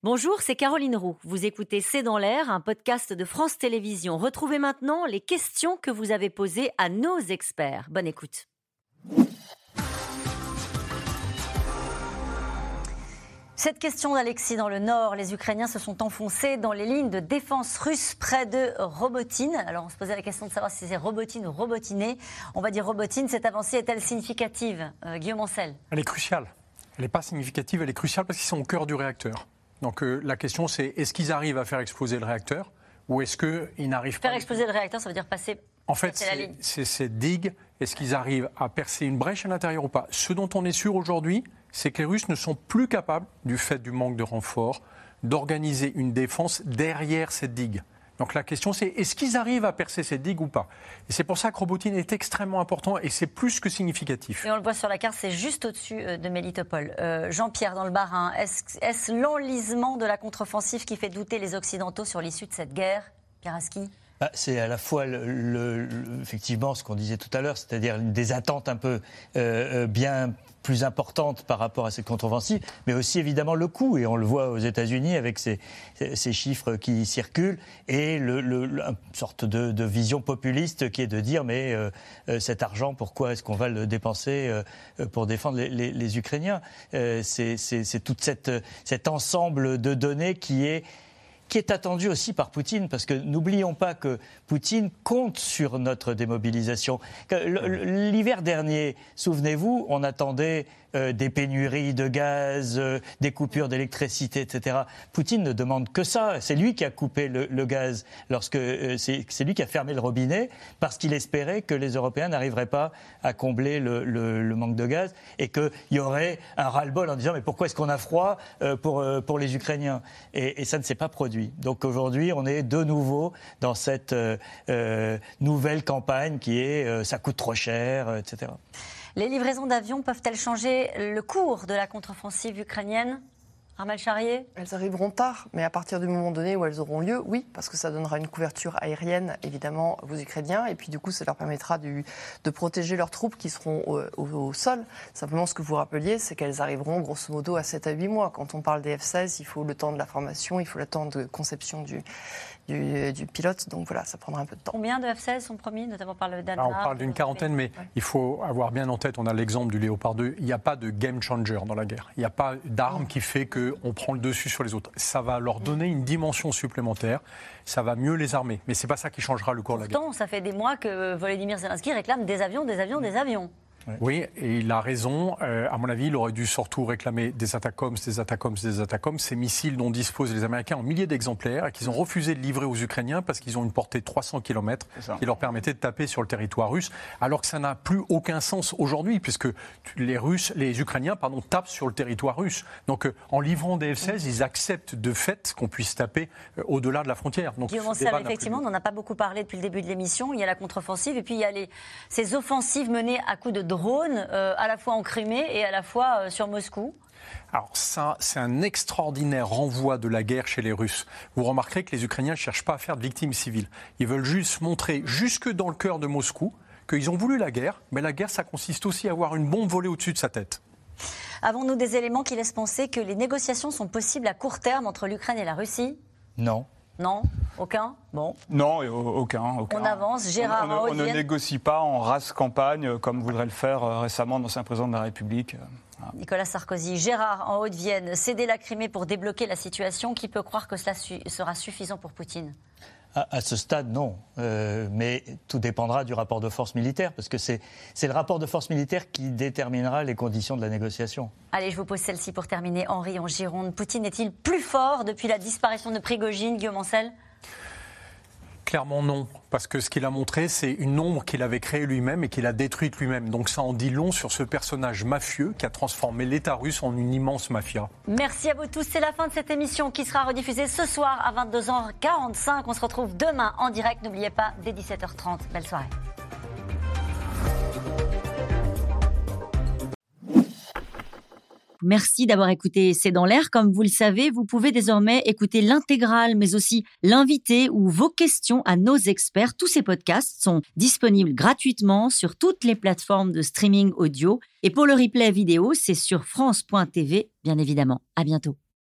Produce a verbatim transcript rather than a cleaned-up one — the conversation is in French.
Bonjour, c'est Caroline Roux. Vous écoutez C'est dans l'air, un podcast de France Télévisions. Retrouvez maintenant les questions que vous avez posées à nos experts. Bonne écoute. Cette question d'Alexis dans le Nord. Les Ukrainiens se sont enfoncés dans les lignes de défense russes près de Robotine. Alors on se posait la question de savoir si c'est Robotine ou Robotiné. On va dire Robotine. Cette avancée est-elle significative, euh, Guillaume Ancel? Elle est cruciale. Elle n'est pas significative, elle est cruciale parce qu'ils sont au cœur du réacteur. Donc euh, la question c'est, est-ce qu'ils arrivent à faire exploser le réacteur ou est-ce qu'ils n'arrivent pas... Faire exploser le réacteur, ça veut dire passer, en fait, passer la ligne. c'est cette digue, est-ce qu'ils arrivent à percer une brèche à l'intérieur ou pas? Ce dont on est sûr aujourd'hui, c'est que les Russes ne sont plus capables, du fait du manque de renfort, d'organiser une défense derrière cette digue. Donc la question c'est, est-ce qu'ils arrivent à percer cette digue ou pas? Et c'est pour ça que Robotine est extrêmement important et c'est plus que significatif. Et on le voit sur la carte, c'est juste au-dessus de Mélitopol. Euh, Jean-Pierre, dans le Bas-Rhin, est-ce, est-ce l'enlisement de la contre-offensive qui fait douter les Occidentaux sur l'issue de cette guerre? Pieraski? Bah, c'est à la fois le, le, le, effectivement ce qu'on disait tout à l'heure, c'est-à-dire des attentes un peu euh, bien plus importantes par rapport à cette contre-offensive, mais aussi évidemment le coût, et on le voit aux États-Unis avec ces, ces chiffres qui circulent, et le, le, une sorte de, de vision populiste qui est de dire mais euh, cet argent, pourquoi est-ce qu'on va le dépenser euh, pour défendre les, les, les Ukrainiens? euh, c'est, c'est, c'est tout cette, cet ensemble de données qui est qui est attendu aussi par Poutine, parce que n'oublions pas que Poutine compte sur notre démobilisation. L'hiver dernier, souvenez-vous, on attendait euh, des pénuries de gaz, euh, des coupures d'électricité, et cetera. Poutine ne demande que ça. C'est lui qui a coupé le, le gaz, lorsque euh, c'est, c'est lui qui a fermé le robinet, parce qu'il espérait que les Européens n'arriveraient pas à combler le, le, le manque de gaz, et qu'il y aurait un ras-le-bol en disant mais pourquoi est-ce qu'on a froid euh, pour, euh, pour les Ukrainiens, et, et ça ne s'est pas produit. Donc aujourd'hui, on est de nouveau dans cette euh, euh, nouvelle campagne qui est euh, ça coûte trop cher, euh, et cetera. Les livraisons d'avions peuvent-elles changer le cours de la contre-offensive ukrainienne? Armel Charrier? Elles arriveront tard, mais à partir du moment donné où elles auront lieu, oui, parce que ça donnera une couverture aérienne, évidemment, aux Ukrainiens, et puis du coup, ça leur permettra du, de protéger leurs troupes qui seront au, au, au sol. Simplement, ce que vous rappeliez, c'est qu'elles arriveront grosso modo à sept à huit mois. Quand on parle des F seize, il faut le temps de la formation, il faut le temps de conception du, du, du pilote, donc voilà, ça prendra un peu de temps. Combien de F seize sont promis, notamment par le Danemark? On parle d'une quarantaine, mais ouais. Il faut avoir bien en tête, on a l'exemple du Léopard deux, il n'y a pas de game changer dans la guerre. Il n'y a pas d'arme qui fait qu'on prend le dessus sur les autres. Ça va leur donner une dimension supplémentaire, ça va mieux les armer. Mais ce n'est pas ça qui changera le cours de la guerre. Pourtant, ça fait des mois que Volodymyr Zelensky réclame des avions, des avions, des avions. Ouais. Oui, et il a raison. Euh, à mon avis, il aurait dû surtout réclamer des ATACMS, des ATACMS, des ATACMS, ces missiles dont disposent les Américains en milliers d'exemplaires et qu'ils ont refusé de livrer aux Ukrainiens parce qu'ils ont une portée de trois cents kilomètres qui leur permettait de taper sur le territoire russe, alors que ça n'a plus aucun sens aujourd'hui puisque les Russes, les Ukrainiens, pardon, tapent sur le territoire russe. Donc, euh, en livrant des F seize, ils acceptent de fait qu'on puisse taper euh, au-delà de la frontière. Donc, Guillaume Ancel, effectivement, on n'en a pas beaucoup parlé depuis le début de l'émission. Il y a la contre-offensive et puis il y a les, ces offensives menées à coups de drones, euh, à la fois en Crimée et à la fois euh, sur Moscou. Alors ça, c'est un extraordinaire renvoi de la guerre chez les Russes. Vous remarquerez que les Ukrainiens ne cherchent pas à faire de victimes civiles. Ils veulent juste montrer, jusque dans le cœur de Moscou, qu'ils ont voulu la guerre, mais la guerre, ça consiste aussi à avoir une bombe volée au-dessus de sa tête. Avons-nous des éléments qui laissent penser que les négociations sont possibles à court terme entre l'Ukraine et la Russie? Non. Non? Aucun? Bon. Non, aucun, aucun. On avance. Gérard, on, on, on ne négocie pas en race campagne comme voudrait le faire récemment l'ancien président de la République. Voilà. Nicolas Sarkozy. Gérard, en Haute-Vienne, céder la Crimée pour débloquer la situation. Qui peut croire que cela su- sera suffisant pour Poutine? À, à ce stade, non. Euh, mais tout dépendra du rapport de force militaire, parce que c'est, c'est le rapport de force militaire qui déterminera les conditions de la négociation. Allez, je vous pose celle-ci pour terminer. Henri, en Gironde, Poutine est-il plus fort depuis la disparition de Prigojine, Guillaume Ancel? Clairement non, parce que ce qu'il a montré, c'est une ombre qu'il avait créée lui-même et qu'il a détruite lui-même. Donc ça en dit long sur ce personnage mafieux qui a transformé l'État russe en une immense mafia. Merci à vous tous, c'est la fin de cette émission qui sera rediffusée ce soir à vingt-deux heures quarante-cinq. On se retrouve demain en direct, n'oubliez pas, dès dix-sept heures trente. Belle soirée. Merci d'avoir écouté C'est dans l'air. Comme vous le savez, vous pouvez désormais écouter l'intégrale, mais aussi l'invité ou vos questions à nos experts. Tous ces podcasts sont disponibles gratuitement sur toutes les plateformes de streaming audio. Et pour le replay vidéo, c'est sur France point T V, bien évidemment. À bientôt.